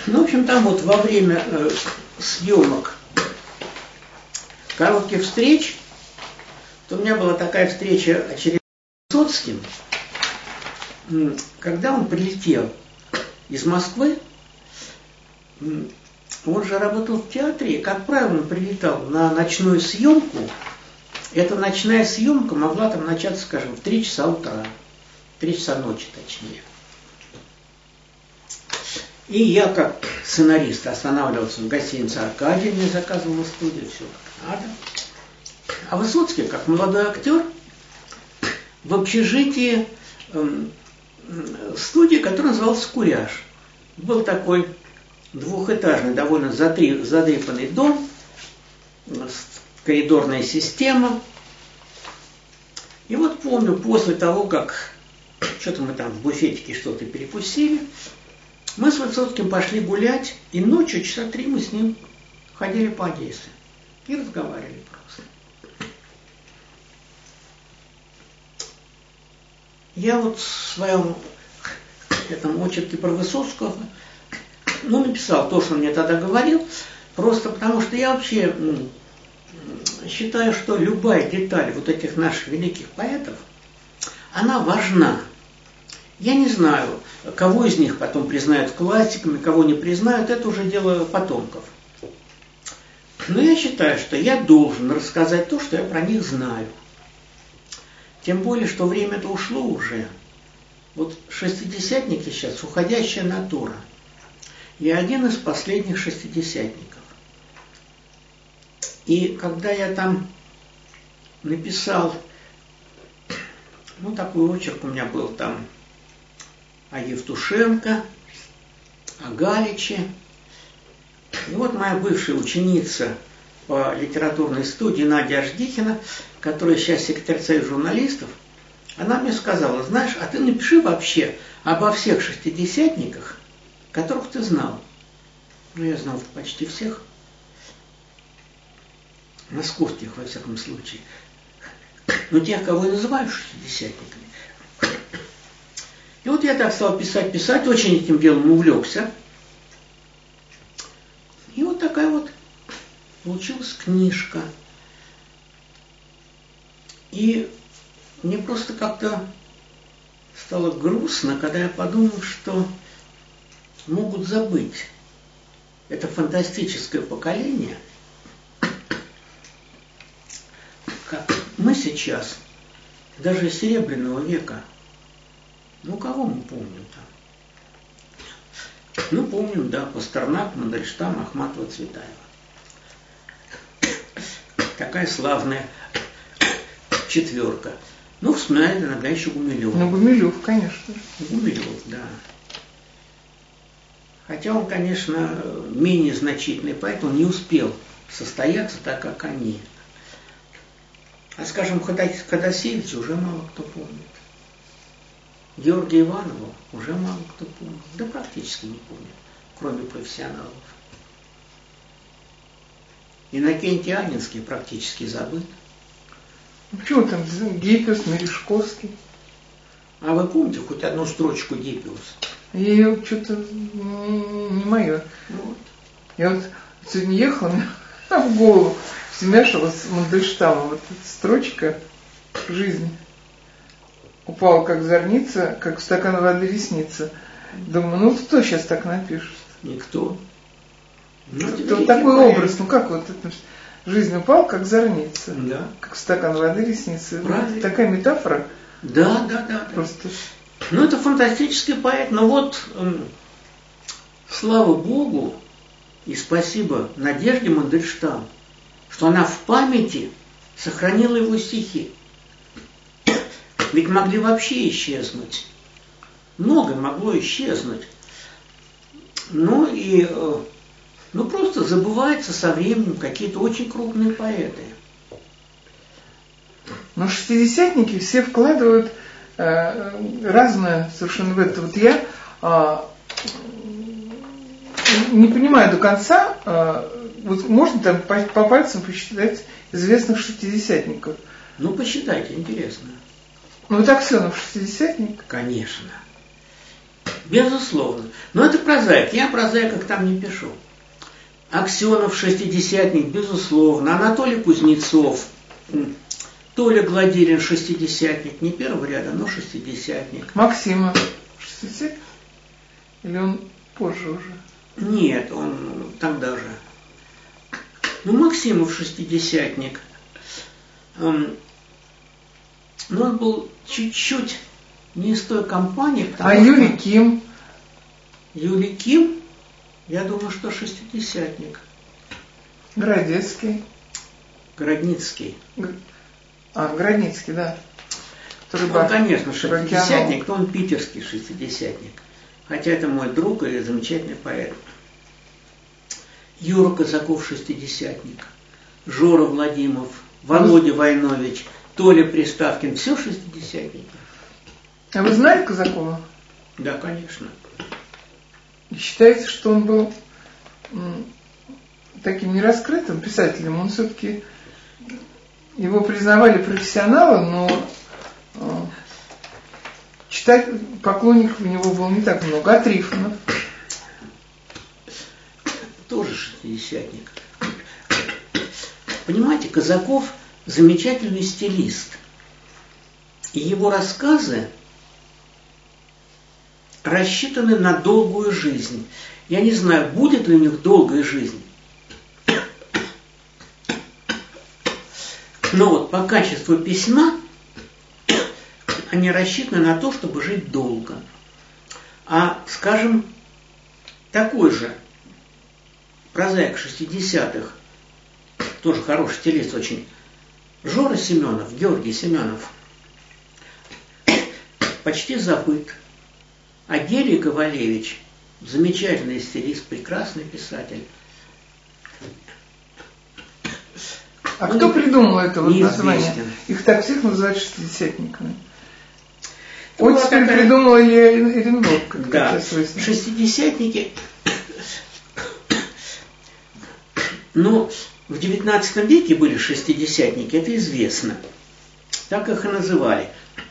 Ну, в общем, там вот во время съемок коротких встреч, то у меня была такая встреча очередная с Высоцким, когда он прилетел из Москвы. Он же работал в театре, и, как правило, он прилетал на ночную съемку. Эта ночная съемка могла там начаться, скажем, в 3 часа утра, 3 часа ночи точнее. И я, как сценарист, останавливался в гостинице «Аркадия», мне заказывала студию, все как надо. А Высоцкий, как молодой актер, в общежитии студии, которая называлась «Куряж». Был такой двухэтажный, довольно задрипанный дом, коридорная система. И вот помню, после того, как что-то мы там в буфетике что-то перекусили, мы с Высоцким пошли гулять, и ночью часа 3 мы с ним ходили по Одессе и разговаривали просто. Я вот в своем этом очерке про Высоцкого, написал то, что он мне тогда говорил, просто потому что я вообще считаю, что любая деталь вот этих наших великих поэтов, она важна. Я не знаю, кого из них потом признают классиками, кого не признают, это уже дело потомков. Но я считаю, что я должен рассказать то, что я про них знаю. Тем более, что время-то ушло уже. Вот шестидесятники сейчас, уходящая натура. Я один из последних шестидесятников. И когда я там написал, такой очерк у меня был там о Евтушенко, о Галиче. И вот моя бывшая ученица по литературной студии Надя Аждихина, которая сейчас секретарь Союза журналистов, она мне сказала: знаешь, а ты напиши вообще обо всех шестидесятниках, которых ты знал. Я знал почти всех. Московских, во всяком случае. Но тех, кого я называю шестидесятниками. И вот я так стал писать, очень этим делом увлекся. И вот такая вот получилась книжка. И мне просто как-то стало грустно, когда я подумал, что могут забыть это фантастическое поколение, как мы сейчас, даже из Серебряного века. Кого мы помним-то? Помним, да, Пастернак, Мандельштам, Ахматова, Цветаева. Такая славная четверка. Вспоминает иногда еще Гумилев. Гумилев, конечно. Гумилев, да. Хотя он, конечно, менее значительный поэт, он не успел состояться так, как они. А, скажем, Ходосевича уже мало кто помнит. Георгия Иванова уже мало кто помнит. Да практически не помнит, кроме профессионалов. Иннокентий Анинский практически забыт. Почему там Гиппиус, Мережковский? А вы помните хоть одну строчку Гиппиуса? Я что-то не мое. Вот. Я вот сегодня ехала, мне в голову смешивала с Мандельштамом вот эта строчка «Жизнь упала, как зорница, как в стакан воды ресница». Думаю, кто сейчас так напишет? Никто. Это вот такой образ, как вот это, жизнь упала, как зорница, да. как в стакан воды ресницы. Правильно. Такая метафора. Да. Просто. Это фантастический поэт, но вот слава Богу и спасибо Надежде Мандельштам, что она в памяти сохранила его стихи. Ведь могли вообще исчезнуть. Многое могло исчезнуть. Просто забываются со временем какие-то очень крупные поэты. Но шестидесятники все вкладывают разное совершенно в это. Вот я не понимаю до конца, вот можно там по пальцам посчитать известных шестидесятников. Посчитайте, интересно. Вот Аксенов шестидесятник? Конечно. Безусловно. Но это прозаик. Я о прозаиках там не пишу. Аксенов шестидесятник, безусловно. Анатолий Кузнецов, Толя Гладилин шестидесятник. Не первого ряда, но шестидесятник. Максима шестидесятник? Или он позже уже? Нет, он тогда же. Ну, Максимов шестидесятник. Но он был чуть-чуть не из той компании. А Юрий Ким? Юрий Ким? Я думаю, что шестидесятник. Городецкий? Городницкий. Городницкий, да. Он, конечно, шестидесятник, но он питерский шестидесятник. Хотя это мой друг и замечательный поэт. Юра Казаков шестидесятник. Жора Владимиров, Володя Войнович, Толя Приставкин. Все шестидесятники. А вы знали Казакова? Да, конечно. Считается, что он был таким нераскрытым писателем. Он все-таки, его признавали профессионалом, но читать поклонников у него было не так много. А Трифонов? Тоже шестидесятник. Понимаете, Казаков замечательный стилист. И его рассказы рассчитаны на долгую жизнь. Я не знаю, будет ли у них долгая жизнь. Но вот по качеству письма они рассчитаны на то, чтобы жить долго. А, скажем, такой же прозаик 60-х, тоже хороший стилист очень, Жора Семенов, Георгий Семенов, почти забыт. А Гелий Ковалевич, замечательный стилист, прекрасный писатель. А кто придумал это вот название? Их так всех называют шестидесятниками. Оттепель придумала Эренбург. Да, шестидесятники. Ну, в XIX веке были шестидесятники, это известно. Так их и называли.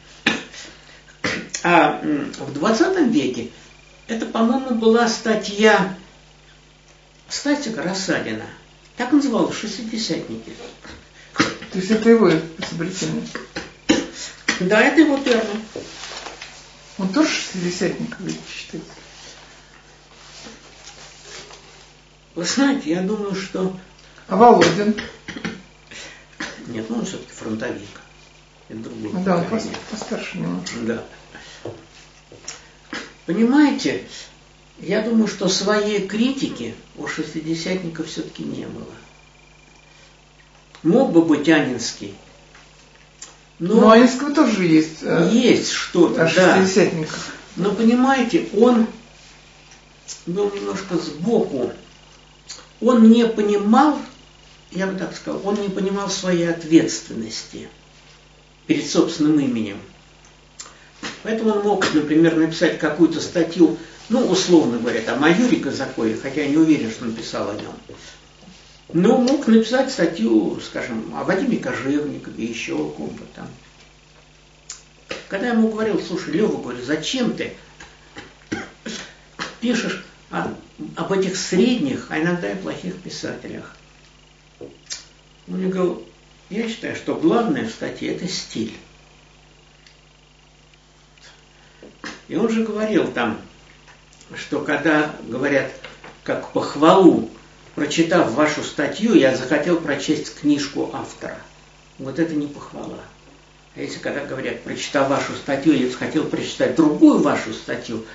А в 20 веке это, по-моему, была статья Стасика Рассадина. Так называлось шестидесятники. То есть это его изобретение? Да, это его термин. Он тоже шестидесятник, вы считаете? Вы знаете, я думаю, что... А Володин? Нет, ну он все-таки фронтовик. Это другой. Да, он постарше немножко. Да. Понимаете, я думаю, что своей критики у шестидесятников все-таки не было. Мог бы быть Анинский. Но Анинского тоже есть. Есть что-то, о шестидесятниках. Да. Но понимаете, он был немножко сбоку. Он не понимал, я бы так сказал, он не понимал своей ответственности перед собственным именем. Поэтому он мог, например, написать какую-то статью, ну, условно говоря, там, о Юрии Казакове, хотя я не уверен, что он писал о нем. Но мог написать статью, скажем, о Вадиме Кожевникове, еще о ком-то там. Когда я ему говорил, слушай, Лёва, говорю, зачем ты пишешь об этих средних, а иногда и плохих писателях? Он мне говорил, я считаю, что главное в статье – это стиль. И он же говорил там, что когда говорят как похвалу, прочитав вашу статью, я захотел прочесть книжку автора. Вот это не похвала. А если когда говорят, прочитав вашу статью, я захотел прочитать другую вашу статью,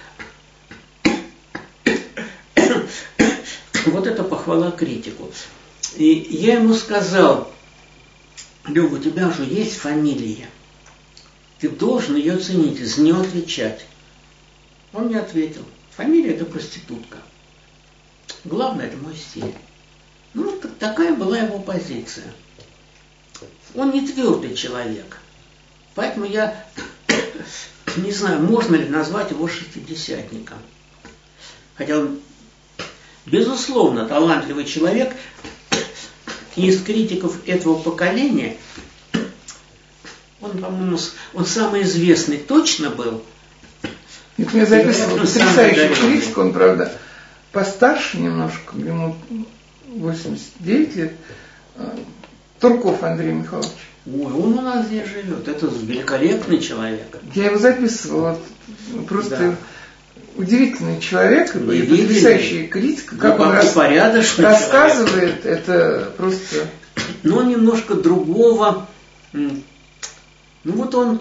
вот это похвала критику. И я ему сказал, Лёва, у тебя же есть фамилия. Ты должен ее ценить, за нее отвечать. Он мне ответил, фамилия – это проститутка. Главное – это мой стиль. Ну, такая была его позиция. Он не твердый человек. Поэтому я не знаю, можно ли назвать его шестидесятником. Хотя он, безусловно, талантливый человек. Из критиков этого поколения он, по-моему, он самый известный точно был. Это мне записывал потрясающий критик, он, правда, постарше немножко, ему 89 лет, Турков Андрей Михайлович. Ой, он у нас здесь живет, это великолепный человек. Я его записывала, просто да. Удивительный человек, и потрясающий критик, как он рассказывает, это просто... Но он немножко другого, ну вот он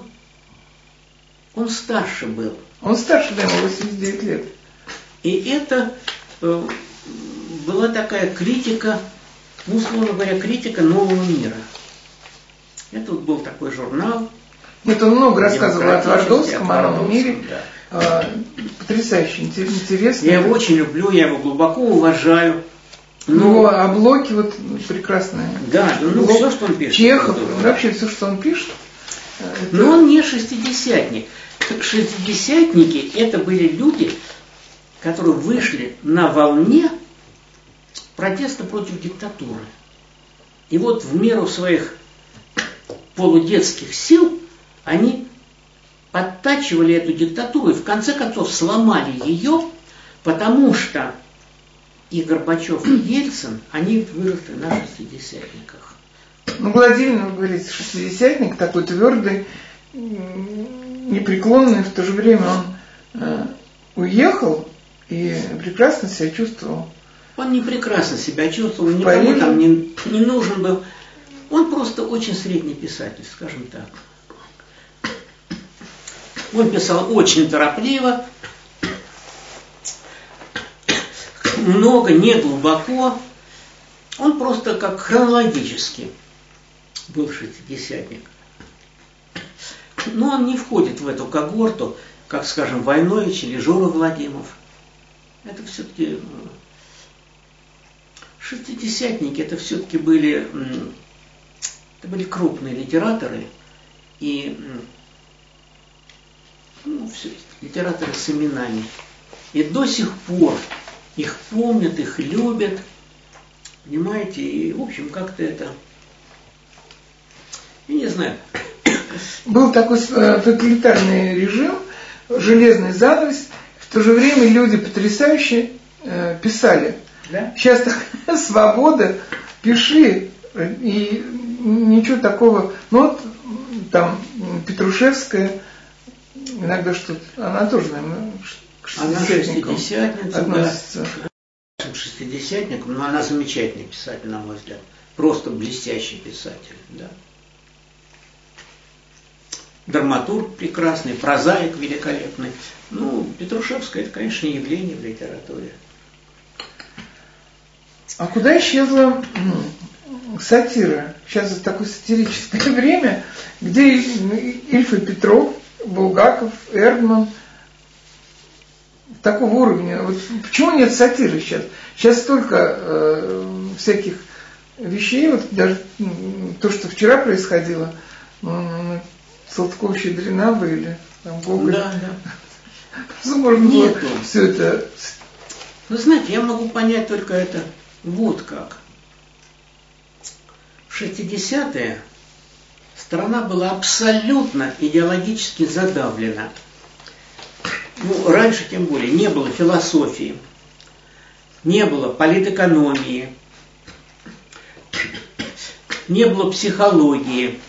старше был. Он старше, да, ему 89 лет. И это была такая критика, ну, условно говоря, критика нового мира. Это вот был такой журнал. Нет, он много рассказывал о Твардовском, о новом мире. Да. Потрясающе интересно. Я его очень люблю, я его глубоко уважаю. Но облоки вот прекрасные. Да, ну все, что он пишет. Чехов, вообще все, что он пишет. Но он не шестидесятник. Шестидесятники это были люди, которые вышли на волне протеста против диктатуры. И вот в меру своих полудетских сил они подтачивали эту диктатуру и в конце концов сломали ее, потому что и Горбачев, и Ельцин, они выросли на шестидесятниках. Ну, Гладилин, вы говорите, шестидесятник, такой твердый, непреклонный, в то же время он уехал и прекрасно себя чувствовал. Он не прекрасно себя чувствовал, никому там не нужен был. Он просто очень средний писатель, скажем так. Он писал очень торопливо, много, не глубоко. Он просто как хронологически был шестидесятник. Но он не входит в эту когорту, как, скажем, Войнович или Жора Владимиров. Это все-таки шестидесятники, это все-таки были крупные литераторы и литераторы с именами. И до сих пор их помнят, их любят. Понимаете, и в общем как-то это, я не знаю. Был такой тоталитарный режим, железный занавес, в то же время люди потрясающе писали. Да? Сейчас такая свобода, пиши, и ничего такого. Ну вот там Петрушевская, иногда что-то, она тоже, наверное, к шестидесятникам относится. Да. Шестидесятникам, но она замечательный писатель, на мой взгляд. Просто блестящий писатель, да. Драматург прекрасный, прозаик великолепный. Ну, Петрушевская, это, конечно, явление в литературе. А куда исчезла сатира? Сейчас это такое сатирическое время, где Ильф и Петров, Булгаков, Эрдман, такого уровня. Вот почему нет сатиры сейчас? Сейчас столько всяких вещей, вот даже то, что вчера происходило, Салтыкова-Щедрина были, там Гоголь. Да. Можно было все это. Ну, знаете, я могу понять только это вот как. В 60-е страна была абсолютно идеологически задавлена. Ну, раньше тем более не было философии, не было политэкономии, не было психологии,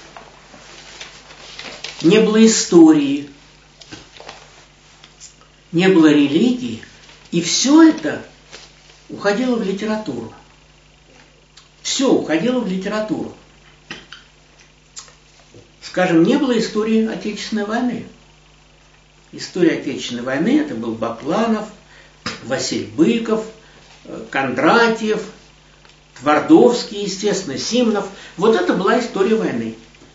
не было истории, не было религии, и все это уходило в литературу. Все уходило в литературу. Скажем, не было истории Отечественной войны. История Отечественной войны это был Бакланов, Василь Быков, Кондратьев, Твардовский, естественно, Симонов. Вот это была история войны.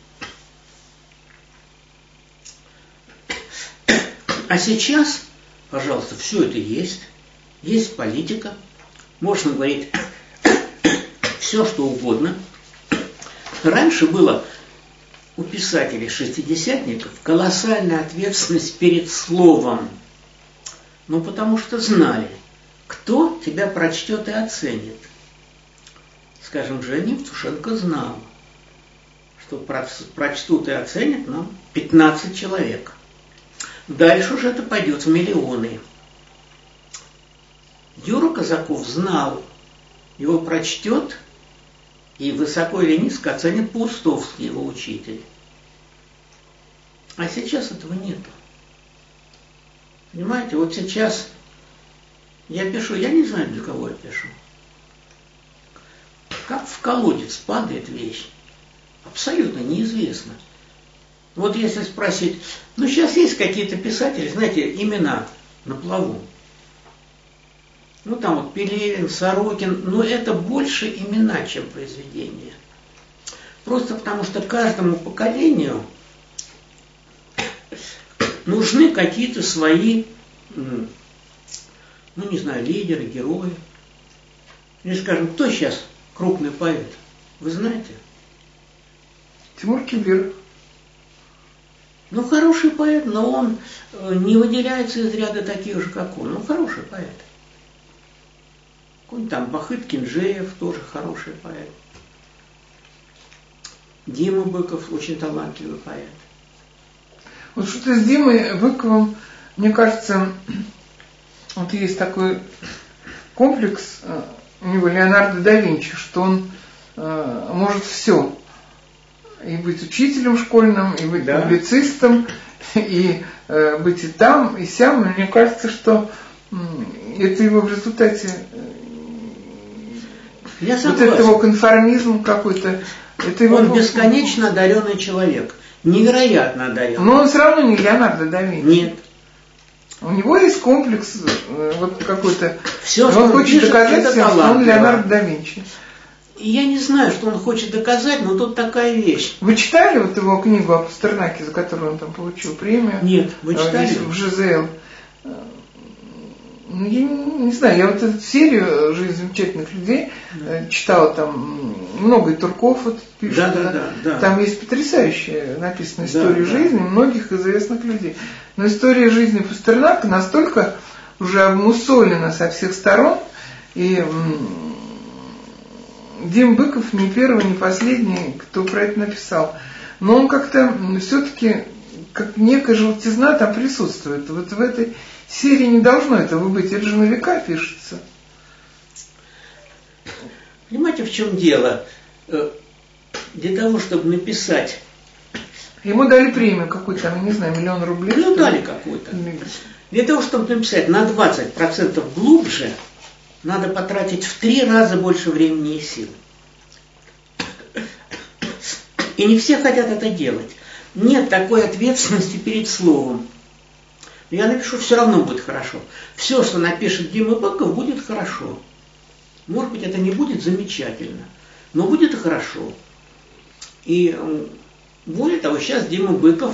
А сейчас, пожалуйста, все это есть. Есть политика. Можно говорить все, что угодно. Раньше было у писателей шестидесятников колоссальная ответственность перед словом. Ну, потому что знали, кто тебя прочтет и оценит. Скажем, Женя Евтушенко знал, что прочтут и оценят нам 15 человек. дальше уже это пойдет в миллионы. Юра Казаков знал, его прочтет и высоко или низко оценит Паустовский, его учитель. А сейчас этого нету. Понимаете, вот сейчас я пишу, я не знаю, для кого я пишу. Как в колодец падает вещь, абсолютно неизвестно. Вот если спросить, ну сейчас есть какие-то писатели, знаете, имена на плаву. Ну там вот Пелевин, Сорокин, но это больше имена, чем произведения. Просто потому что каждому поколению нужны какие-то свои, ну не знаю, лидеры, герои. Или скажем, кто сейчас крупный поэт? Вы знаете? Тимур Кибиров. Ну, хороший поэт, но он не выделяется из ряда таких же, как он. Ну, хороший поэт. Какой-нибудь там Бахыт Кинжеев, тоже хороший поэт. Дима Быков, очень талантливый поэт. Вот что-то с Димой Быковым, мне кажется, вот есть такой комплекс у него Леонардо да Винчи, что он может все. И быть учителем школьным, и быть публицистом, и быть и там, и сям. И мне кажется, что это его в результате вот это его конформизм какой-то. Это его он бесконечно одаренный человек. Невероятно одаренный. Но он все равно не Леонардо да Винчи. Нет. У него есть комплекс вот какой-то. Все, он хочет доказать всем, что он Леонардо да Винчи. Я не знаю, что он хочет доказать, но тут такая вещь. Вы читали вот его книгу о Пастернаке, за которую он там получил премию? Нет, вы читали? В ЖЗЛ. Ну, я не знаю, я вот эту серию «Жизнь замечательных людей» читала, там много и Турков вот пишет. Да. Там есть потрясающая написана история жизни многих известных людей. Но история жизни Пастернака настолько уже обмусолена со всех сторон, и Дим Быков не первый, не последний, кто про это написал. Но он как-то все-таки, как некая желтизна там присутствует. Вот в этой серии не должно этого быть, это же на века пишется. Понимаете, в чем дело? Для того, чтобы написать... Ему дали премию какую-то, там, я не знаю, 1 000 000 рублей. Ну, дали какую-то. Для того, чтобы написать на 20% глубже, надо потратить в 3 раза больше времени и сил. И не все хотят это делать. Нет такой ответственности перед словом. Я напишу, все равно будет хорошо. Все, что напишет Дима Быков, будет хорошо. Может быть, это не будет замечательно, но будет хорошо. И более того, сейчас Дима Быков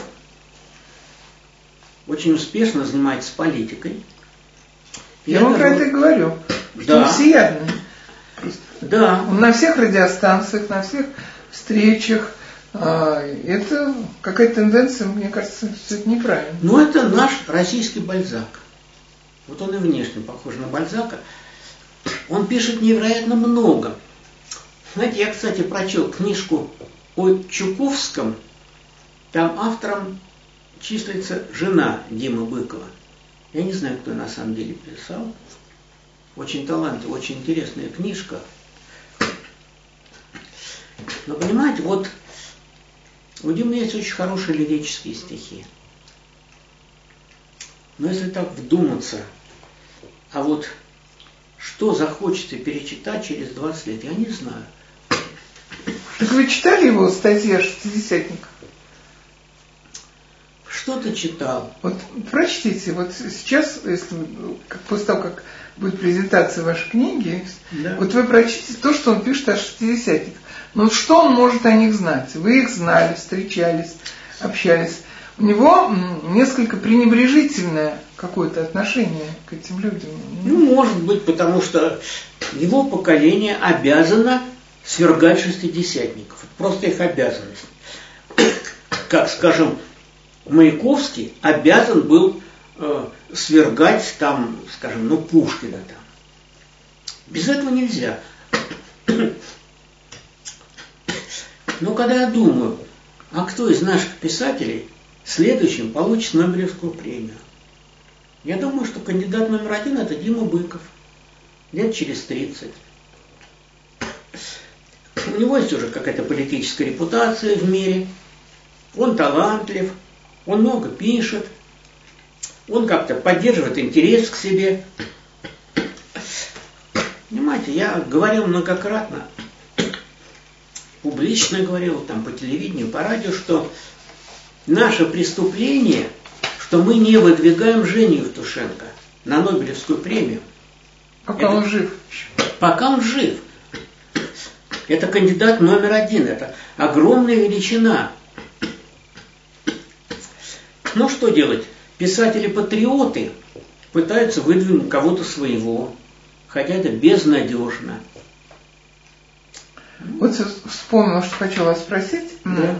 очень успешно занимается политикой. Я вам про это и говорю. Что он всеядный. Да. Он на всех радиостанциях, на всех встречах. Это какая-то тенденция, мне кажется, все это неправильно. Но это наш российский Бальзак. Вот он и внешне похож на Бальзака. Он пишет невероятно много. Знаете, я, кстати, прочел книжку о Чуковском. Там автором числится жена Димы Быкова. Я не знаю, кто на самом деле писал. Очень талантливая, очень интересная книжка. Но понимаете, вот у Димы есть очень хорошие лирические стихи. Но если так вдуматься, а вот что захочется перечитать через 20 лет, я не знаю. Так вы читали его статьи о шестидесятниках? Что-то читал. Вот прочтите, вот сейчас, если после того, как будет презентация вашей книги, вот вы прочтите то, что он пишет о шестидесятниках. Ну что он может о них знать? Вы их знали, встречались, общались. У него несколько пренебрежительное какое-то отношение к этим людям. Ну, может быть, потому что его поколение обязано свергать шестидесятников. Это просто их обязанность. Как, скажем, Маяковский обязан был свергать там, скажем, ну, Пушкина там. Без этого нельзя. Но когда я думаю, а кто из наших писателей следующим получит Нобелевскую премию. Я думаю, что кандидат номер 1 это Дима Быков. Лет через 30. У него есть уже какая-то политическая репутация в мире. Он талантлив, он много пишет, он как-то поддерживает интерес к себе. Понимаете, я говорил многократно, публично говорил, там по телевидению, по радио, что наше преступление, что мы не выдвигаем Женю Евтушенко на Нобелевскую премию. Пока он жив. Пока он жив. Это кандидат номер 1, это огромная величина. Ну что делать? Писатели-патриоты пытаются выдвинуть кого-то своего, хотя это безнадежно. Вот вспомнила, что хочу вас спросить. Да.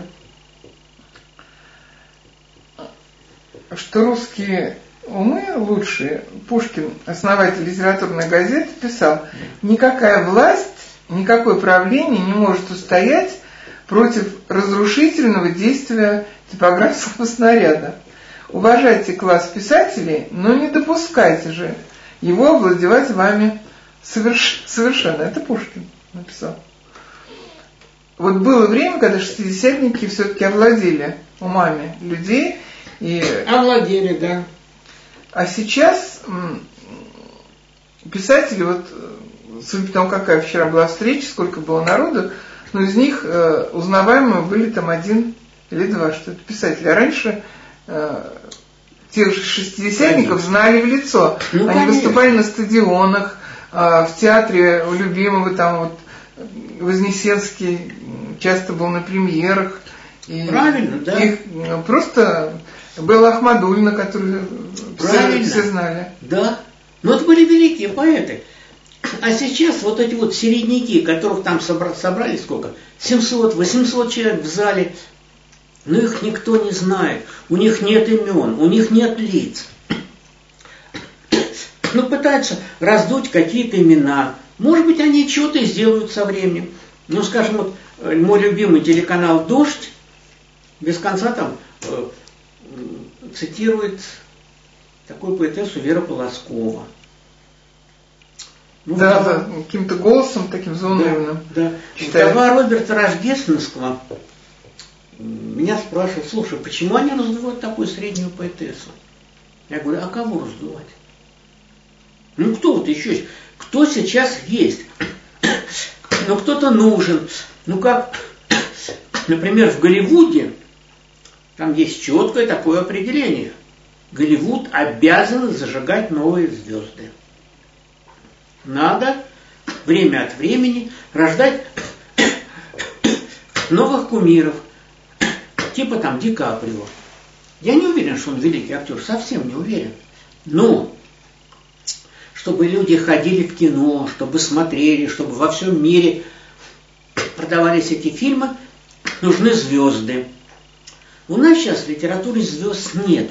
Что русские умы лучшие, Пушкин, основатель литературной газеты, писал: никакая власть, никакое правление не может устоять против разрушительного действия типографского снаряда. Уважайте класс писателей, но не допускайте же его овладевать вами совершенно. Это Пушкин написал. Вот было время, когда шестидесятники все-таки овладели умами людей. Овладели, да. А сейчас писатели, вот, судя по тому, какая вчера была встреча, сколько было народу, но из них узнаваемые были там 1 или 2, что это писатели. А раньше тех же шестидесятников знали в лицо. Ну, они конечно. выступали на стадионах, в театре у любимого, там вот Вознесенский часто был на премьерах. И правильно, да. Их просто Белла Ахмадульна, которую все знали. Да. Но это были великие поэты. А сейчас вот эти вот середняки, которых там собрали сколько? 700-800 человек в зале. Но их никто не знает. У них нет имен, у них нет лиц. Ну, пытаются раздуть какие-то имена. Может быть, они что-то сделают со временем. Ну, скажем, вот мой любимый телеканал «Дождь» без конца там цитирует такую поэтессу Вера Полоскова. Ну, да, каким-то голосом таким заунывным. Да. Вдова Роберта Рождественского меня спрашивают: слушай, почему они раздувают такую среднюю поэтессу? Я говорю: а кого раздувать? Ну кто вот еще есть? Кто сейчас есть? Ну кто-то нужен. Ну как, например, в Голливуде там есть четкое такое определение. Голливуд обязан зажигать новые звезды. Надо время от времени рождать новых кумиров. Типа там Ди Каприо. Я не уверен, что он великий актер, совсем не уверен. Но чтобы люди ходили в кино, чтобы смотрели, чтобы во всем мире продавались эти фильмы, нужны звезды. У нас сейчас в литературе звезд нету.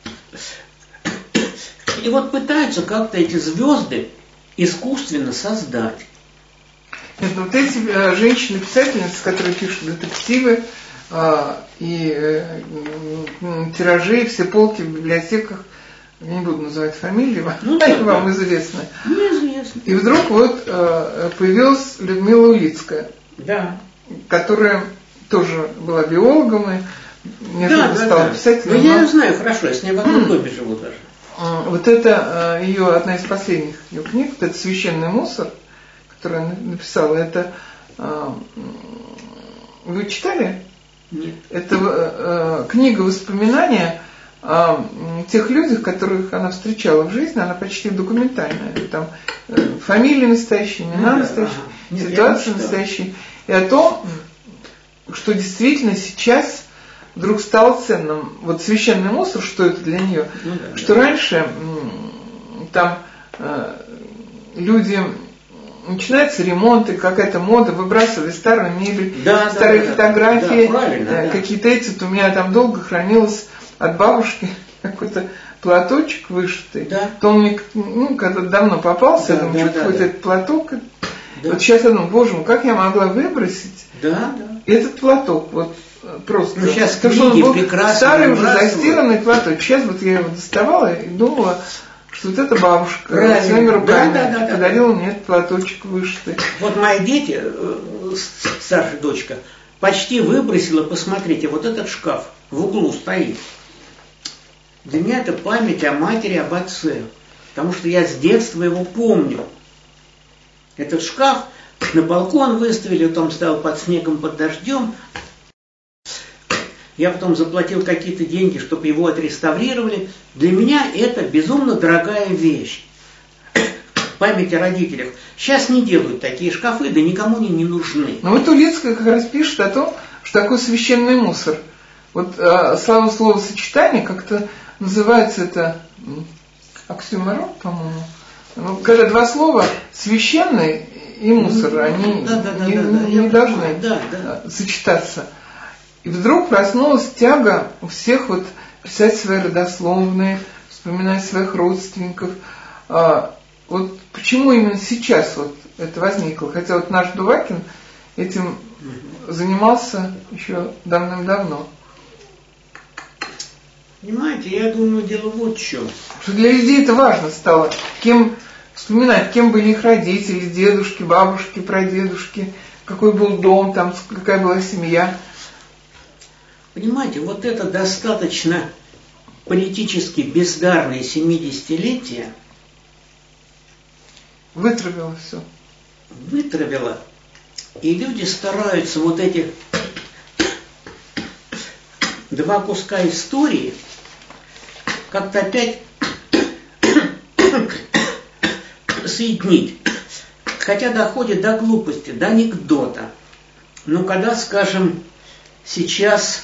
И вот пытаются как-то эти звезды искусственно создать. Нет, вот эти женщины-писательницы, которые пишут детективы, и тиражи, все полки в библиотеках, я не буду называть фамилии, вам известны. Неизвестно. И вдруг вот появилась Людмила Улицкая, да, которая тоже была биологом и неожиданно стала писателем. Ну, я ее знаю хорошо, я с ней в одном доме живу даже. Вот это ее одна из последних ее книг, вот это «Священный мусор», которую она написала, это вы читали? Нет. Это книга воспоминания о тех людях, которых она встречала в жизни, она почти документальная. Там фамилии настоящие, имена настоящие, ситуации настоящие. И о том, что действительно сейчас вдруг стало ценным. Вот «Священный мусор», что это для нее? Что раньше там люди... Начинается ремонт, и какая-то мода, выбрасывали старую мебель, старые фотографии, какие-то эти. Вот у меня там долго хранилось от бабушки какой-то платочек вышитый. Да. То он мне, когда давно попался, я думаю, что какой-то этот платок. Да. Вот сейчас я думаю, боже мой, как я могла выбросить этот платок? Вот просто. Ну, сейчас потому что он был старый, уже застиранный платочек. Сейчас вот я его доставала и думала, что вот эта бабушка своими руками подарила мне этот платочек вышитый. Вот мои дети, старшая дочка, почти выбросила, посмотрите, вот этот шкаф в углу стоит. Для меня это память о матери, об отце. Потому что я с детства его помню. Этот шкаф на балкон выставили, он стоял под снегом, под дождем. Я потом заплатил какие-то деньги, чтобы его отреставрировали. Для меня это безумно дорогая вещь. Память о родителях. Сейчас не делают такие шкафы, да никому они не нужны. Но вот Улицкая как раз пишет о том, что такое священный мусор. Вот слава словосочетания, как-то называется это оксюморон, по-моему. Ну, когда два слова священный и мусор, они не должны сочетаться. И вдруг проснулась тяга у всех вот писать свои родословные, вспоминать своих родственников. Вот почему именно сейчас вот это возникло? Хотя вот наш Дувакин этим занимался еще давным-давно. Понимаете, я думаю, дело вот в чем. Что для людей это важно стало. Кем вспоминать, кем были их родители, дедушки, бабушки, прадедушки, какой был дом, там, какая была семья. Понимаете, вот это достаточно политически бездарное 70-летие вытравило все. Вытравило. И люди стараются вот эти два куска истории как-то опять соединить. Хотя доходит до глупости, до анекдота. Но когда, скажем, сейчас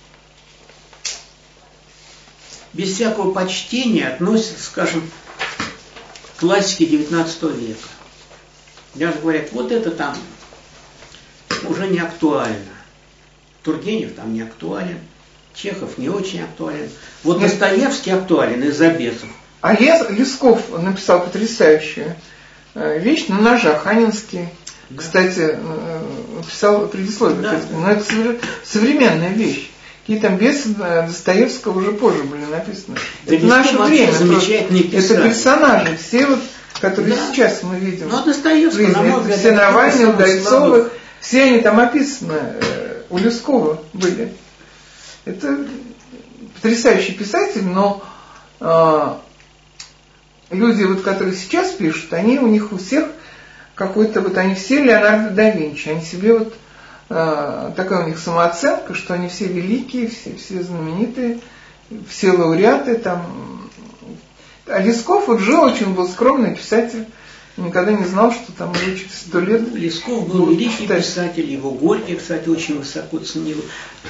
без всякого почтения относятся, скажем, к классике XIX века. Даже говорят, вот это там уже не актуально. Тургенев там не актуален, Чехов не очень актуален. Вот Достоевский актуален из-за бесов. А Лесков написал потрясающую вещь на ножах, Анинский. Да. Кстати, писал предисловие. Да. Но это современная вещь. Какие там бесы Достоевского уже позже были написаны. Да, это наше время. Это персонажи, все вот, которые сейчас мы видим. Ну, а Достоевский, на мой взгляд, все Навальный, Удальцовы, все они там описаны. У Лескова были. Это потрясающий писатель, но люди, вот, которые сейчас пишут, они у них у всех какой-то, вот они все Леонардо да Винчи, они себе вот такая у них самооценка, что они все великие, все знаменитые, все лауреаты там. А Лесков вот жил, очень был скромный писатель, никогда не знал, что там уже через 100 лет. Лесков был великий писатель, его Горький, кстати, очень высоко ценил.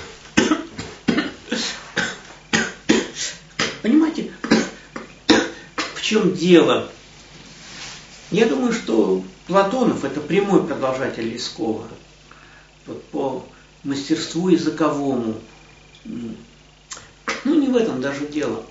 Понимаете, в чем дело? Я думаю, что Платонов это прямой продолжатель Лескова. Вот по мастерству языковому. Ну, не в этом даже дело.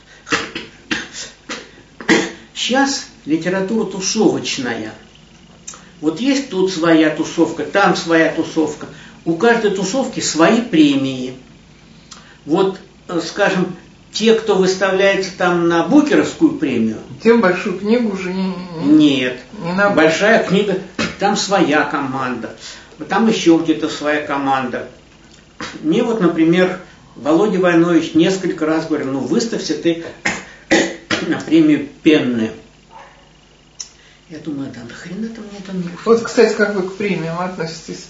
Сейчас литература тусовочная. Вот есть тут своя тусовка, там своя тусовка. У каждой тусовки свои премии. Вот, скажем, те, кто выставляется там на Букеровскую премию. Тем большую книгу уже Нет. Большая книга, там своя команда. Там еще где-то своя команда. Мне вот, например, Володя Войнович несколько раз говорил, ну выставься ты на премию Пенны. Я думаю, да нахрена-то мне это нужно. Вот, кстати, как вы к премиям относитесь?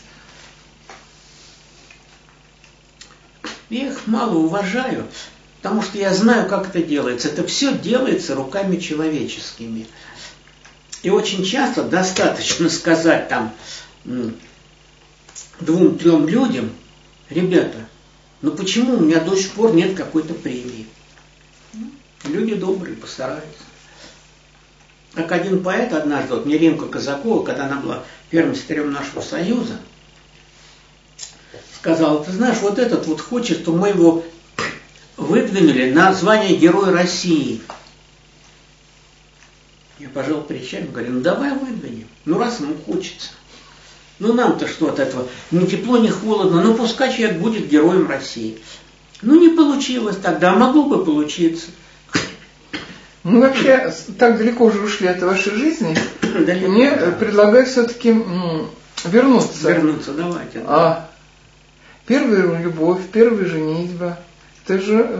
Я их мало уважаю, потому что я знаю, как это делается. Это все делается руками человеческими. И очень часто достаточно сказать там 2-3 людям, ребята, ну почему у меня до сих пор нет какой-то премии? Люди добрые, постараются. Как один поэт однажды, вот мне Римка Казакова, когда она была первым секретарем нашего союза, сказала, ты знаешь, вот этот вот хочет, что мы его выдвинули на звание Героя России. Я пожал плечами, говорю, ну давай выдвинем, ну раз ему хочется. Ну нам-то что от этого? Ни тепло, ни холодно. Ну пускай человек будет героем России. Ну не получилось тогда, а могло бы получиться. Ну вообще, так далеко уже ушли от вашей жизни. Далеко, мне да. предлагают все-таки вернуться. Вернуться, давайте. Да. Первая любовь, первая женитьба. Это же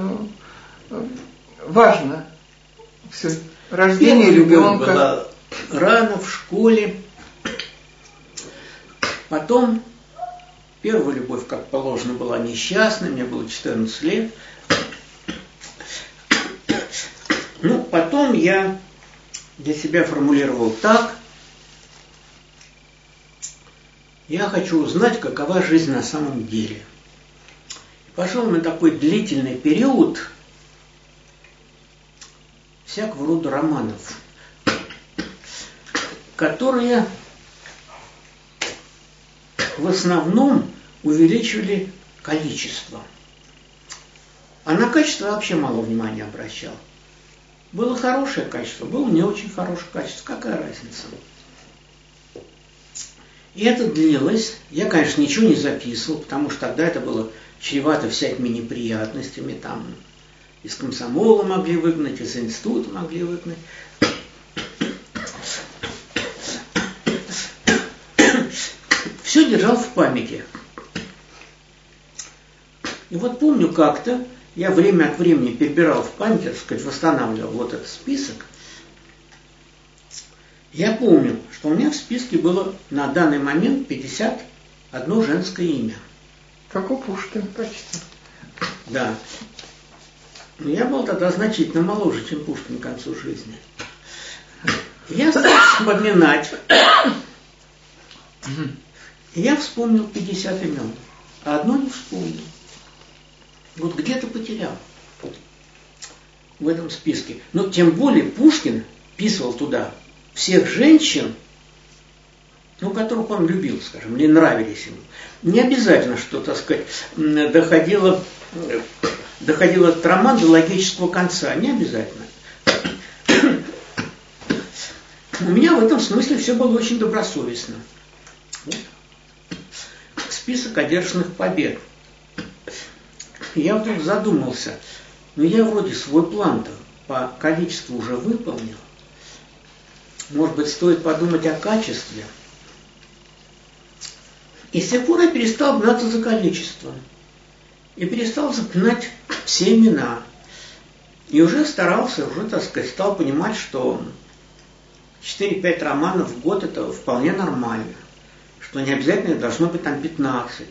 важно. Все. Рождение ребенка. Было рано в школе. Потом первая любовь, как положено, была несчастной. Мне было 14 лет. Ну, потом я для себя формулировал так. Я хочу узнать, какова жизнь на самом деле. Пошел на такой длительный период всякого рода романов, которые в основном увеличивали количество. А на качество вообще мало внимания обращал. Было хорошее качество, было не очень хорошее качество. Какая разница? И это длилось. Я, конечно, ничего не записывал, потому что тогда это было чревато всякими неприятностями. Там из комсомола могли выгнать, из института могли выгнать. Все держал в памяти. И вот помню как-то, я время от времени перебирал в памяти, так сказать, восстанавливал вот этот список. Я помню, что у меня в списке было на данный момент 51 женское имя. Как у Пушкина почти. Да. Но я был тогда значительно моложе, чем Пушкин к концу жизни. Я стал вспоминать. И я вспомнил 50 имен, а одно не вспомнил. Вот где-то потерял в этом списке. Но тем более Пушкин вписывал туда всех женщин, ну, которых он любил, скажем, или нравились ему. Не обязательно, что, так сказать, доходило этот роман до логического конца. Не обязательно. У меня в этом смысле все было очень добросовестно. Вот. Список одержанных побед. Я вдруг задумался, я вроде свой план-то по количеству уже выполнил. Может быть, стоит подумать о качестве. И с тех пор я перестал гнаться за количеством. И перестал запоминать все имена. И уже старался, так сказать, стал понимать, что 4-5 романов в год это вполне нормально. Что не обязательно должно быть там 15.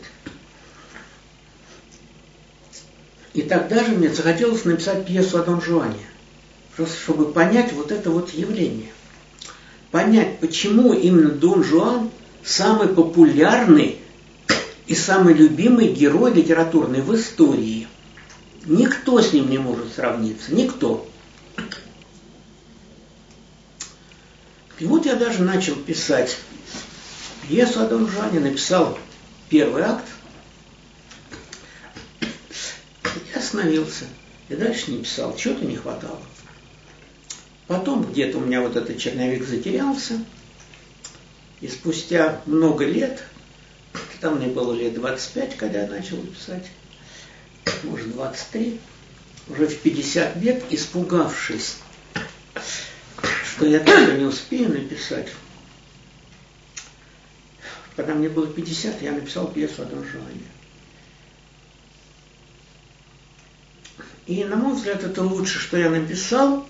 И тогда же мне захотелось написать пьесу о Дон Жуане. Просто чтобы понять вот это вот явление. Понять, почему именно Дон Жуан самый популярный и самый любимый герой литературный в истории. Никто с ним не может сравниться. Никто. И вот я даже начал писать пьесу о Дон Жуане, написал первый акт. И остановился. И дальше не писал. Чего-то не хватало. Потом где-то у меня вот этот черновик затерялся. И спустя много лет, там мне было лет 25, когда я начал писать, может 23, уже в 50 лет, испугавшись, что я так и не успею написать, когда мне было 50, я написал пьесу о Дон Жуане. И, на мой взгляд, это лучше, что я написал,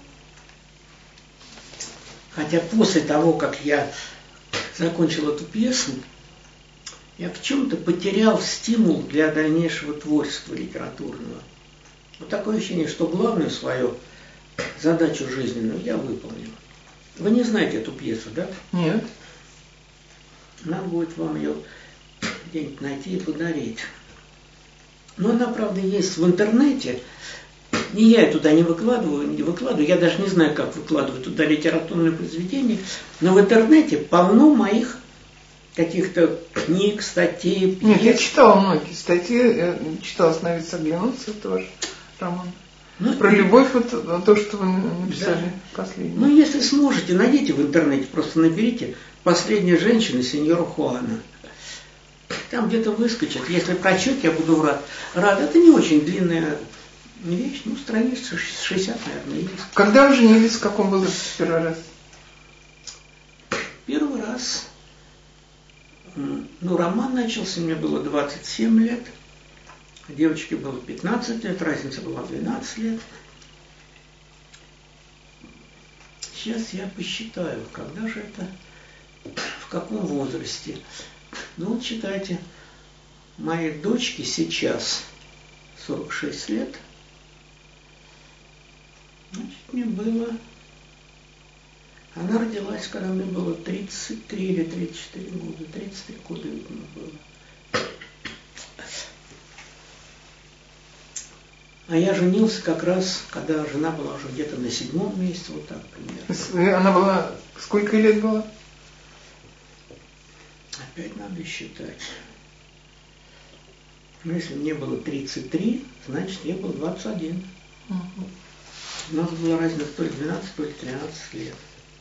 хотя после того, как я закончил эту пьесу, я в чем-то потерял стимул для дальнейшего творчества литературного. Вот такое ощущение, что главную свою задачу жизненную я выполнил. Вы не знаете эту пьесу, да? Нет. Надо будет вам ее где-нибудь найти и подарить. Но она, правда, есть в интернете. И я ее туда не выкладываю. Я даже не знаю, как выкладывать туда литературные произведения. Но в интернете полно моих каких-то книг, статей, пьес. Нет, я читала многие статьи. Я читала «Остановиться, оглянуться», это ваш роман. Ну, про любовь, вот то, что вы написали, да. Последнее. Ну, если сможете, найдите в интернете, просто наберите «Последняя женщина» сеньора Хуана. там где-то выскочит. Если прочесть, я буду рад. Это не очень длинная вещь, страниц 60, наверное, есть. Когда вы женились, в каком возрасте первый раз? Первый раз, роман начался, мне было 27 лет, девочке было 15 лет, разница была 12 лет. Сейчас я посчитаю, когда же это, в каком возрасте. Читайте, моей дочке сейчас 46 лет, значит, мне было... Она родилась, когда мне было 33 или 34 года. 33 года, видимо, было. А я женился как раз, когда жена была уже где-то на 7-м месяце, вот так примерно. Она была... Сколько лет было? Опять надо считать. Если мне было 33, значит, ей было 21. У нас была разница то ли 12, то ли 13 лет.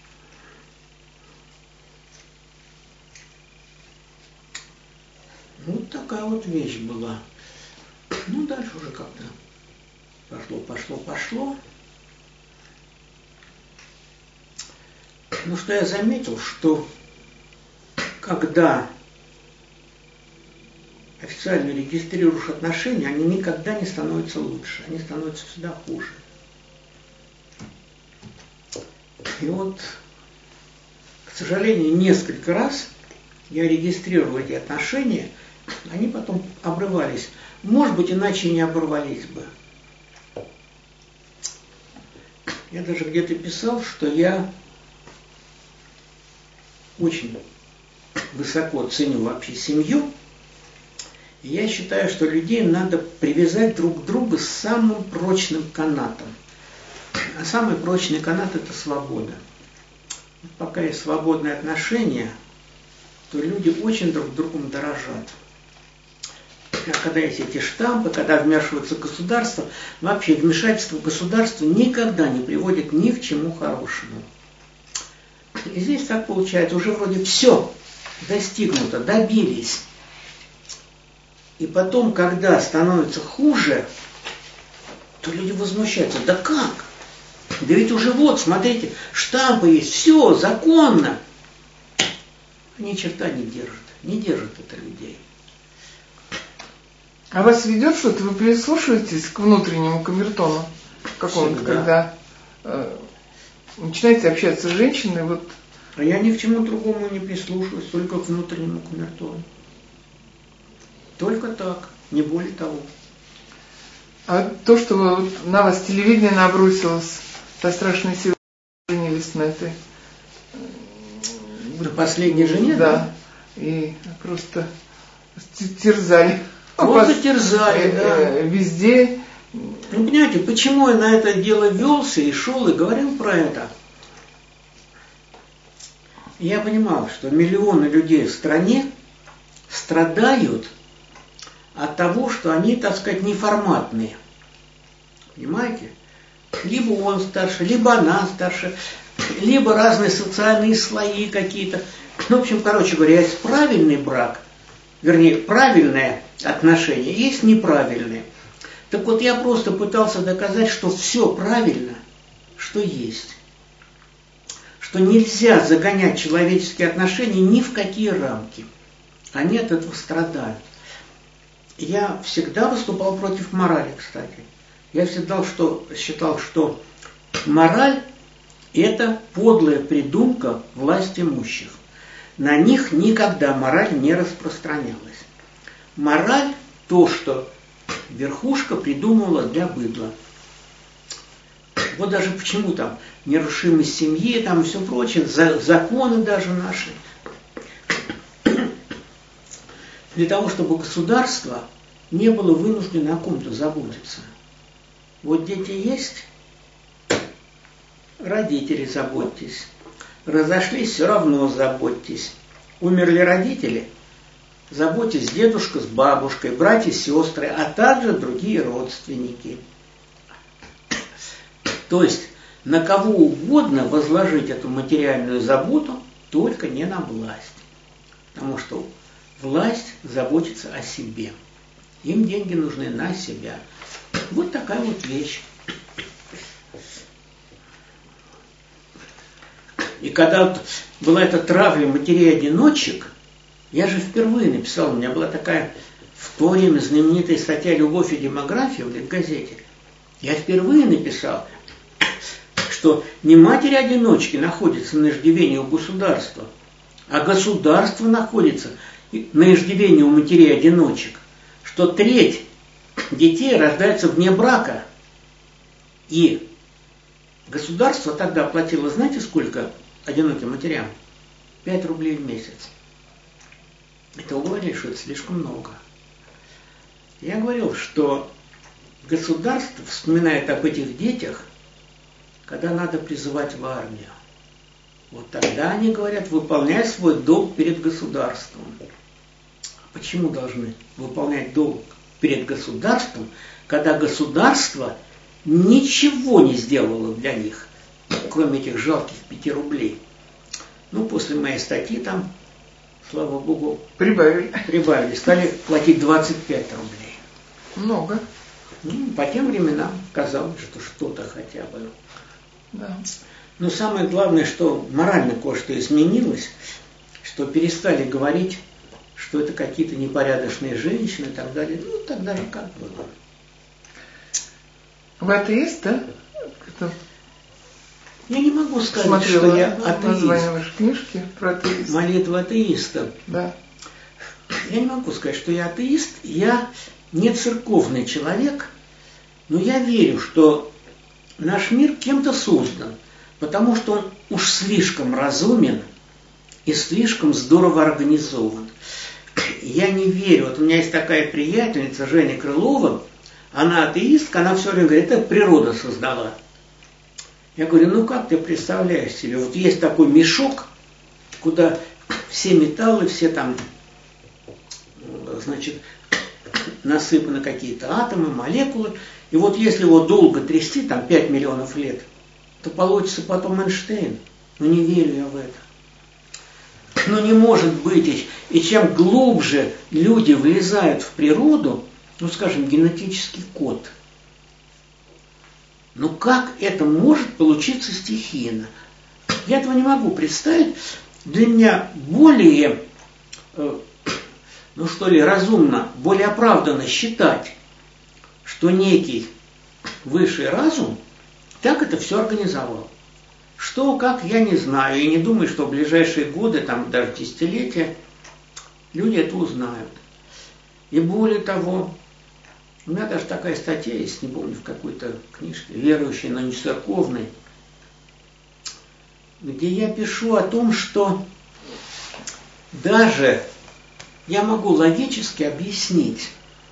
Вот такая вот вещь была. Дальше уже как-то пошло. Что я заметил, что когда официально регистрируешь отношения, они никогда не становятся лучше, они становятся всегда хуже. И вот, к сожалению, несколько раз я регистрировал эти отношения, они потом обрывались. Может быть, иначе и не оборвались бы. Я даже где-то писал, что я очень высоко ценю вообще семью. И я считаю, что людей надо привязать друг к другу с самым прочным канатом. А самый прочный канат – это свобода. Пока есть свободные отношения, то люди очень друг другом дорожат. А когда есть эти штампы, когда вмешиваются государства, вообще вмешательство государства никогда не приводит ни к чему хорошему. И здесь так получается, уже вроде все достигнуто, добились. И потом, когда становится хуже, то люди возмущаются. Да как? Да ведь уже вот, смотрите, штампы есть, все, законно. Ни черта не держат. Не держат это людей. А вас ведет что-то? Вы прислушиваетесь к внутреннему камертону какому-то, когда начинаете общаться с женщиной? Вот. А я ни к чему другому не прислушиваюсь, только к внутреннему камертону. Только так, не более того. А то, что вот на вас телевидение набросилось, со страшной силой женились на этой... На последней жене? Да. И просто терзали. Просто терзали, да. Везде. Понимаете, почему я на это дело велся и шел, и говорил про это? Я понимал, что миллионы людей в стране страдают от того, что они, так сказать, неформатные. Понимаете? Либо он старше, либо она старше, либо разные социальные слои какие-то. В общем, короче говоря, есть правильный брак, вернее, правильное отношение, есть неправильное. Так вот, я просто пытался доказать, что все правильно, что есть. Что нельзя загонять человеческие отношения ни в какие рамки. Они от этого страдают. Я всегда выступал против морали, кстати. Я всегда считал, что мораль – это подлая придумка власть имущих. На них никогда мораль не распространялась. Мораль – то, что верхушка придумывала для быдла. Вот даже почему там нерушимость семьи, там и все прочее, законы даже наши. Для того, чтобы государство не было вынуждено о ком-то заботиться. Вот дети есть, родители заботьтесь. Разошлись, все равно заботьтесь. Умерли родители, заботьтесь дедушка с бабушкой, братья, сестры, а также другие родственники. То есть на кого угодно возложить эту материальную заботу, только не на власть. Потому что власть заботится о себе. Им деньги нужны на себя. Вот такая вот вещь. И когда вот была эта травля матерей-одиночек, я же впервые написал, у меня была такая в то время знаменитая статья «Любовь и демография» в газете. Я впервые написал, что не матери-одиночки находятся на иждивении у государства, а государство находится на иждивении у матерей-одиночек, что треть детей рождается вне брака. И государство тогда платило, знаете, сколько одиноким матерям? 5 рублей в месяц. Это вы говорили, что это слишком много. Я говорил, что государство вспоминает об этих детях, когда надо призывать в армию. Вот тогда они говорят, выполняй свой долг перед государством. Почему должны выполнять долг перед государством, когда государство ничего не сделало для них, кроме этих жалких 5 рублей? Ну, после моей статьи там, слава богу, прибавили, стали платить 25 рублей. Много. Ну, по тем временам казалось, что что-то хотя бы. Да. Но самое главное, что морально кое-что изменилось, что перестали говорить, что это какие-то непорядочные женщины и так далее. Ну, тогда же как было. Вы атеист, да? Я не могу сказать, что я атеист. Название вашей книжки про атеиста. Молитва атеиста. Да. Я не могу сказать, что я атеист. Я не церковный человек, но я верю, что наш мир кем-то создан, потому что он уж слишком разумен и слишком здорово организован. Я не верю. Вот у меня есть такая приятельница, Женя Крылова, она атеистка, она все время говорит, это природа создала. Я говорю, ну как ты представляешь себе, вот есть такой мешок, куда все металлы, все там, значит, насыпаны какие-то атомы, молекулы, и вот если его долго трясти, там 5 миллионов лет, то получится потом Эйнштейн. Но не верю я в это. Но не может быть. И чем глубже люди влезают в природу, ну, скажем, генетический код, ну как это может получиться стихийно? Я этого не могу представить. Для меня более, ну что ли, разумно, более оправданно считать, что некий высший разум так это все организовал. Что, как, я не знаю. И не думаю, что в ближайшие годы, там даже десятилетия, люди это узнают. И более того, у меня даже такая статья есть, не помню, в какой-то книжке, верующей, но не церковной, где я пишу о том, что даже я могу логически объяснить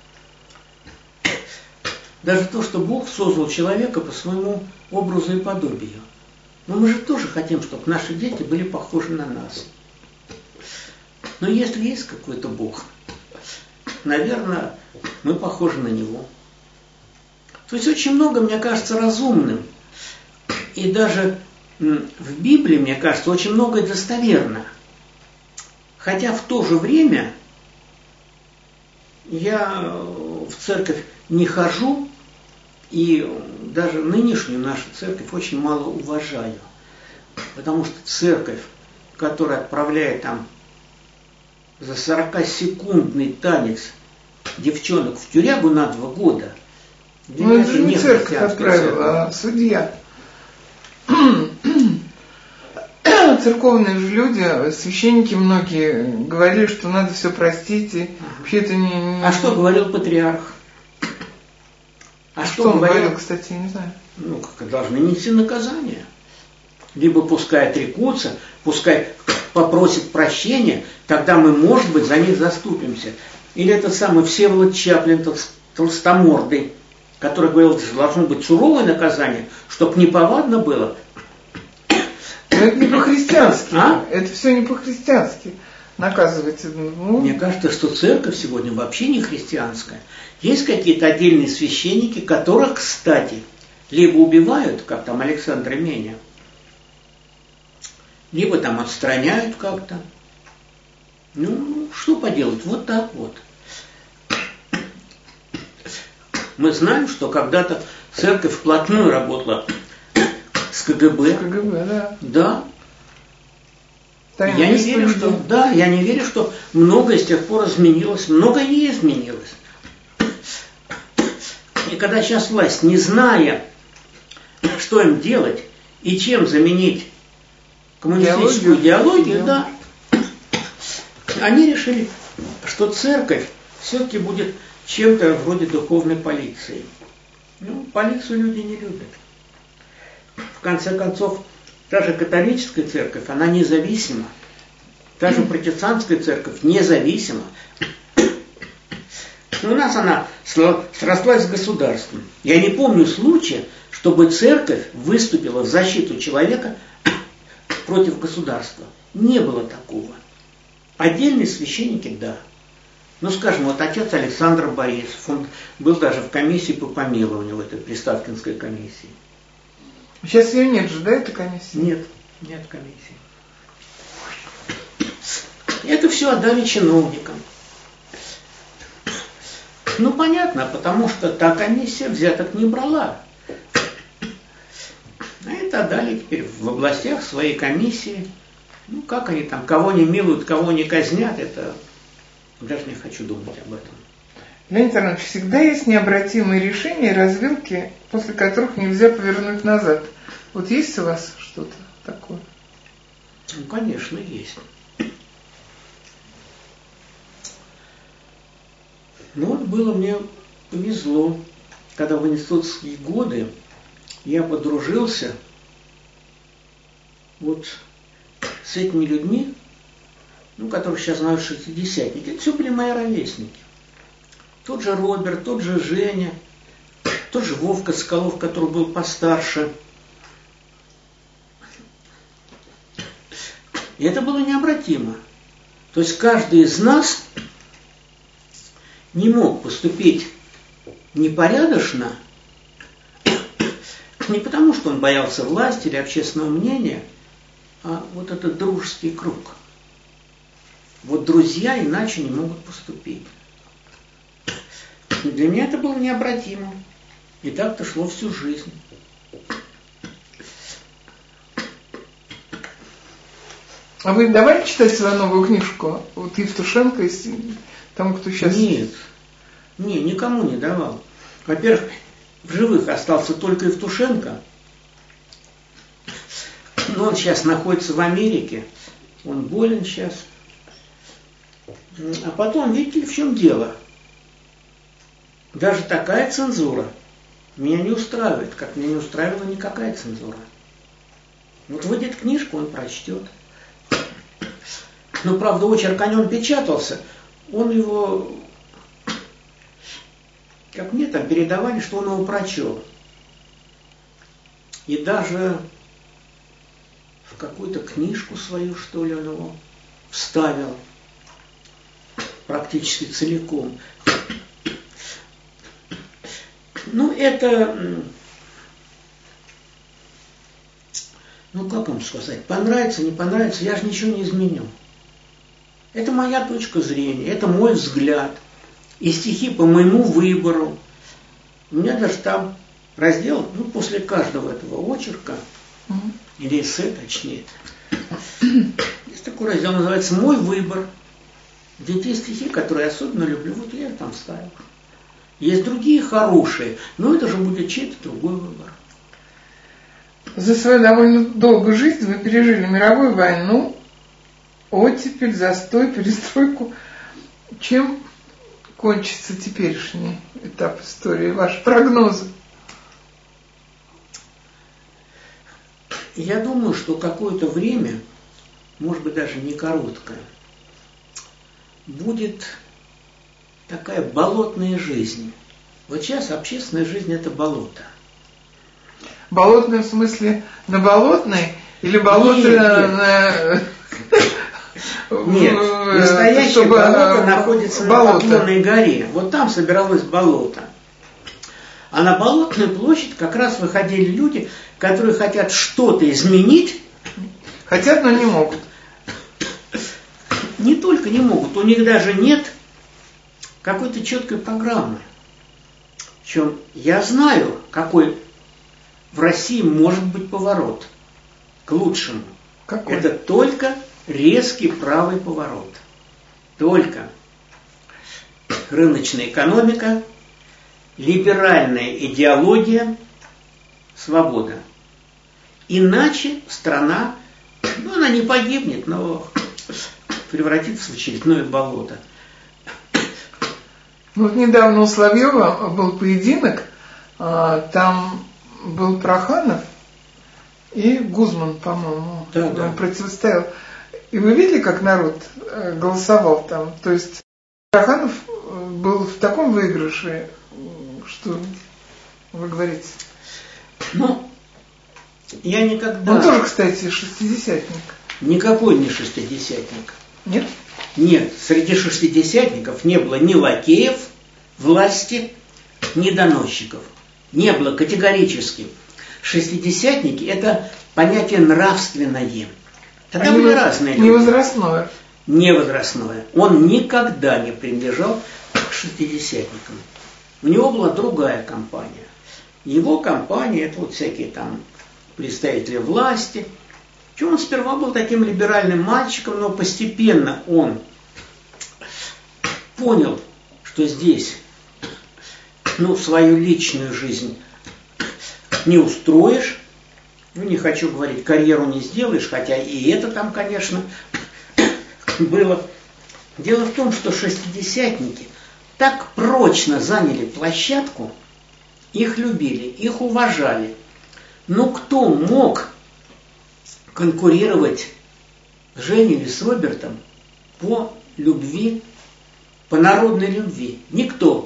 даже то, что Бог создал человека по своему образу и подобию. Но мы же тоже хотим, чтобы наши дети были похожи на нас. Но если есть какой-то Бог, наверное, мы похожи на Него. То есть очень много, мне кажется, разумным. И даже в Библии, мне кажется, очень многое достоверно. Хотя в то же время я в церковь не хожу, и даже нынешнюю нашу церковь очень мало уважаю. Потому что церковь, которая отправляет там за 40-секундный танец девчонок в тюрягу на 2 года, ну это же не церковь отправила, а судья. Церковные же люди, священники многие говорили, что надо все простить. И вообще это не... А что говорил патриарх? А что он говорил, кстати, я не знаю. Ну, как должны нести наказание. Либо пускай отрекутся, пускай попросят прощения, тогда мы, может быть, за них заступимся. Или этот самый Всеволод Чаплин, толстомордый, который говорил, что должно быть суровое наказание, чтобы неповадно было. Но это не по-христиански. Это все не по-христиански. Наказывать. Ну. Мне кажется, что церковь сегодня вообще не христианская. Есть какие-то отдельные священники, которых, кстати, либо убивают, как там Александра Меня, либо там отстраняют как-то. Ну, что поделать, вот так вот. Мы знаем, что когда-то церковь вплотную работала с КГБ. С КГБ, да. Да. Я не верю, что многое с тех пор изменилось, многое не изменилось. И когда сейчас власть, не зная, что им делать и чем заменить коммунистическую идеологию, да, они решили, что церковь все-таки будет чем-то вроде духовной полиции. Ну, полицию люди не любят. В конце концов, та же католическая церковь, она независима. Та же протестантская церковь независима. У нас она срослась с государством. Я не помню случая, чтобы церковь выступила в защиту человека против государства. Не было такого. Отдельные священники, да. Ну, скажем, вот отец Александр Борисов, он был даже в комиссии по помилованию, в этой Приставкинской комиссии. Сейчас ее нет же, да, этой комиссии? Нет комиссии. Это все отдали чиновникам. Ну, понятно, потому что та комиссия взяток не брала. А это отдали теперь в областях своей комиссии. Ну, как они там, кого не милуют, кого не казнят, это даже не хочу думать об этом. Леонид Иванович, всегда есть необратимые решения и развилки, после которых нельзя повернуть назад. Вот есть у вас что-то такое? Ну, конечно, есть. Ну, вот было мне повезло, когда в институтские годы я подружился вот с этими людьми, ну, которых сейчас знают шестидесятники. Это все были мои ровесники. Тот же Роберт, тот же Женя, тот же Вовка Соколов, который был постарше. И это было необратимо. То есть каждый из нас не мог поступить непорядочно, не потому, что он боялся власти или общественного мнения, а вот этот дружеский круг. Вот друзья иначе не могут поступить. И для меня это было необратимо. И так-то шло всю жизнь. А вы давали читать свою новую книжку? Вот Евтушенко, тому, кто сейчас... Нет, никому не давал. Во-первых, в живых остался только Евтушенко. Но он сейчас находится в Америке. Он болен сейчас. А потом, видите ли, в чем дело? Даже такая цензура меня не устраивает, как меня не устраивала никакая цензура. Вот выйдет книжку, он прочтет. Но, правда, очерк о нем печатался. Он его, как мне там передавали, что он его прочел. И даже в какую-то книжку свою, что ли, он его вставил. Практически целиком. Ну, это, ну, как вам сказать, понравится, не понравится, я же ничего не изменю. Это моя точка зрения, это мой взгляд. И стихи по моему выбору. У меня даже там раздел, ну, после каждого этого очерка, или эссе, точнее, есть такой раздел, называется «Мой выбор». Где те стихи, которые я особенно люблю, вот я их там ставил. Есть другие хорошие, но это же будет чей-то другой выбор. За свою довольно долгую жизнь вы пережили мировую войну, оттепель, застой, перестройку. Чем кончится теперешний этап истории? Ваши прогнозы? Я думаю, что какое-то время, может быть даже не короткое, будет такая болотная жизнь. Вот сейчас общественная жизнь – это болото. Болотная в смысле на болотной? Или болото Нет, настоящее болото находится на Поклонной горе. Вот там собиралось болото. А на Болотную площадь как раз выходили люди, которые хотят что-то изменить. Хотят, но не могут. не только не могут, у них даже нет какой-то четкой программы. Причем я знаю, какой в России может быть поворот к лучшему. Какой? Это только резкий правый поворот. Только рыночная экономика, либеральная идеология, свобода. Иначе страна, она не погибнет, но превратится в очередное болото. Вот недавно у Соловьева был поединок, там был Проханов и Гузман, по-моему, Да. он противостоял. И вы видели, как народ голосовал там? То есть Проханов был в таком выигрыше, что вы говорите. Я никогда... Он тоже, кстати, шестидесятник. Никакой не шестидесятник. Нет? Нет, среди шестидесятников не было ни лакеев власти, ни доносчиков. Не было категорически. Шестидесятники – это понятие нравственное. Тогда были разные люди. Невозрастное. Невозрастное. Он никогда не принадлежал к шестидесятникам. У него была другая компания. Его компания – это вот всякие там представители власти. Он сперва был таким либеральным мальчиком, но постепенно он понял, что здесь свою личную жизнь не устроишь, не хочу говорить, карьеру не сделаешь, хотя и это там, конечно, было. Дело в том, что шестидесятники так прочно заняли площадку, их любили, их уважали. Но кто мог конкурировать с Женей или с Робертом по любви, по народной любви? Никто.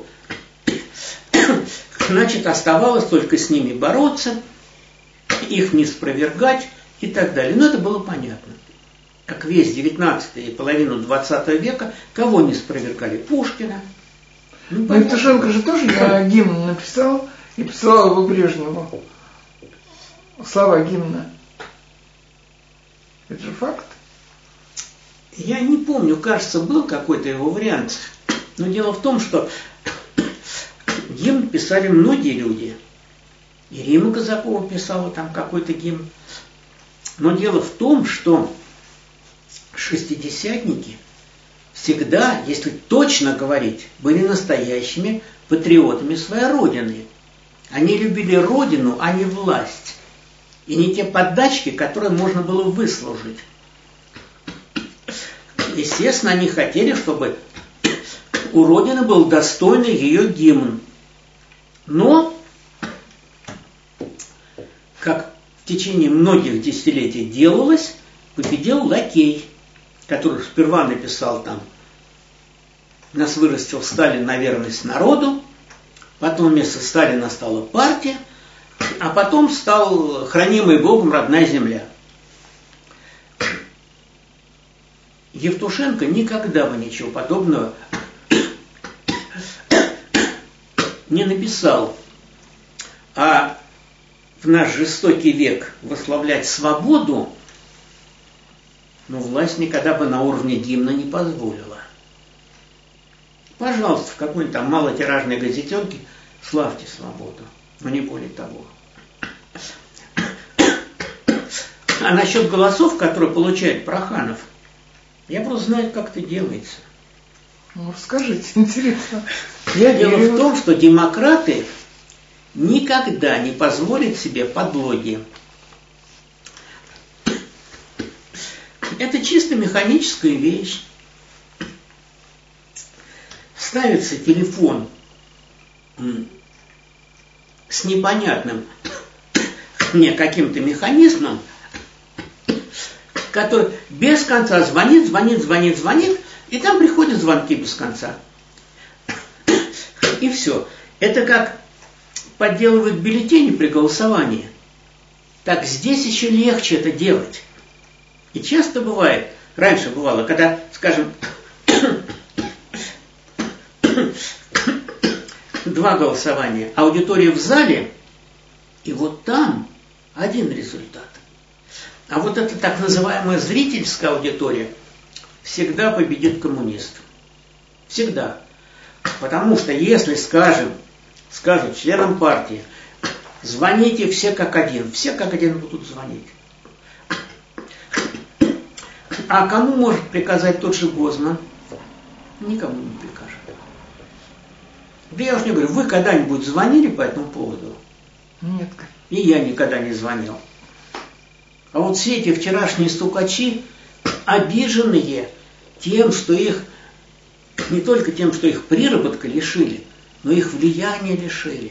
Значит, оставалось только с ними бороться, их не спровергать и так далее. Но это было понятно. Как весь 19 и половину 20 века, кого не спровергали? Пушкина. Евтушенко же тоже гимн написал и посылал его Брежневу. Слова гимна. Это же факт. Я не помню, кажется, был какой-то его вариант. Но дело в том, что гимн писали многие люди. И Римма Казакова писала там какой-то гимн. Но дело в том, что шестидесятники всегда, если точно говорить, были настоящими патриотами своей родины. Они любили родину, а не власть. И не те поддачки, которые можно было выслужить. Естественно, они хотели, чтобы у Родины был достойный ее гимн. Но, как в течение многих десятилетий делалось, победил лакей, который сперва написал там: «Нас вырастил Сталин на верность народу», потом вместо Сталина стала партия, а потом стал хранимый Богом родная земля. Евтушенко никогда бы ничего подобного не написал. А в наш жестокий век восславлять свободу, власть никогда бы на уровне гимна не позволила. Пожалуйста, в какой-нибудь там малотиражной газетенке славьте свободу, но не более того. А насчет голосов, которые получает Проханов, я просто знаю, как это делается. Расскажите, интересно. Дело в том, что демократы никогда не позволят себе подлоги. Это чисто механическая вещь. Ставится телефон с непонятным мне каким-то механизмом, который без конца звонит, и там приходят звонки без конца. И все. Это как подделывать бюллетени при голосовании. Так здесь еще легче это делать. И часто бывает, раньше бывало, когда, скажем, 2 голосования, аудитория в зале, и вот там один результат. А вот эта так называемая зрительская аудитория всегда победит коммунист. Всегда. Потому что если, скажут членам партии, звоните все как один будут звонить. А кому может приказать тот же Гозман? Никому не прикажет. Да я уж не говорю, вы когда-нибудь звонили по этому поводу? Нет. И я никогда не звонил. А вот все эти вчерашние стукачи, обиженные тем, что их, не только тем, что их приработка лишили, но их влияния лишили.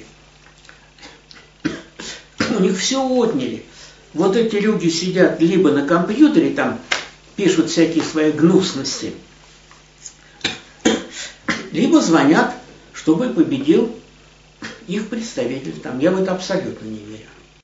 У них все отняли. Вот эти люди сидят либо на компьютере, там пишут всякие свои гнусности, либо звонят, чтобы победил их представитель там. Я в это абсолютно не верю.